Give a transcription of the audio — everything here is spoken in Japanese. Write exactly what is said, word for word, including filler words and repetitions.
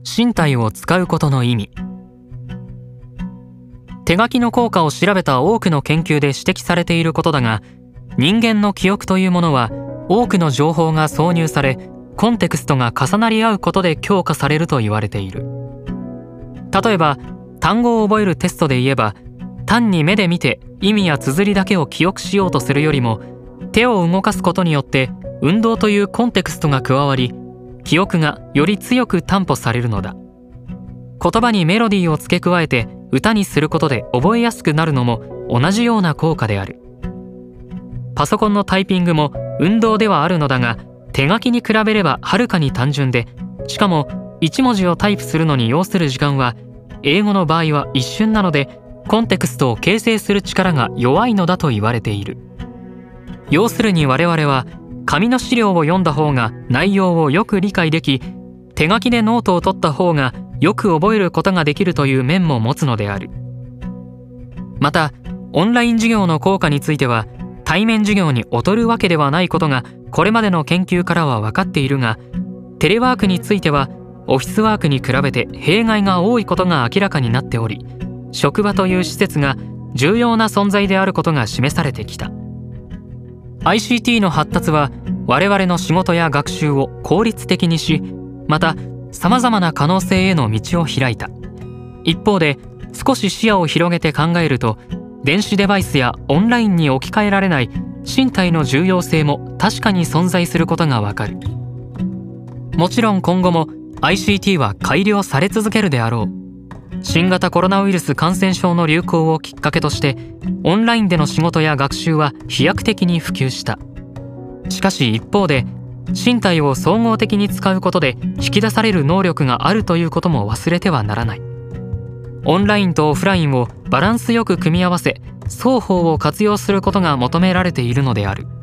身体を使うことの意味。手書きの効果を調べた多くの研究で指摘されていることだが、人間の記憶というものは多くの情報が挿入され、コンテクストが重なり合うことで強化されると言われている。例えば単語を覚えるテストで言えば、単に目で見て意味や綴りだけを記憶しようとするよりも、手を動かすことによって運動というコンテクストが加わり、記憶がより強く担保されるのだ。言葉にメロディーを付け加えて歌にすることで覚えやすくなるのも同じような効果である。パソコンのタイピングも運動ではあるのだが、手書きに比べればはるかに単純で、しかもいち文字をタイプするのに要する時間は英語の場合は一瞬なので、コンテクストを形成する力が弱いのだと言われている。要するに我々は紙の資料を読んだ方が内容をよく理解でき、手書きでノートを取った方がよく覚えることができるという面も持つのである。またオンライン授業の効果については、対面授業に劣るわけではないことがこれまでの研究からは分かっているが、テレワークについてはオフィスワークに比べて弊害が多いことが明らかになっており、職場という施設が重要な存在であることが示されてきた。 アイシーティー の発達は我々の仕事や学習を効率的にし、またさまざまな可能性への道を開いた。一方で少し視野を広げて考えると、電子デバイスやオンラインに置き換えられない身体の重要性も確かに存在することがわかる。もちろん今後も アイシーティー は改良され続けるであろう。新型コロナウイルス感染症の流行をきっかけとして、オンラインでの仕事や学習は飛躍的に普及した。しかし一方で、身体を総合的に使うことで引き出される能力があるということも忘れてはならない。オンラインとオフラインをバランスよく組み合わせ、双方を活用することが求められているのである。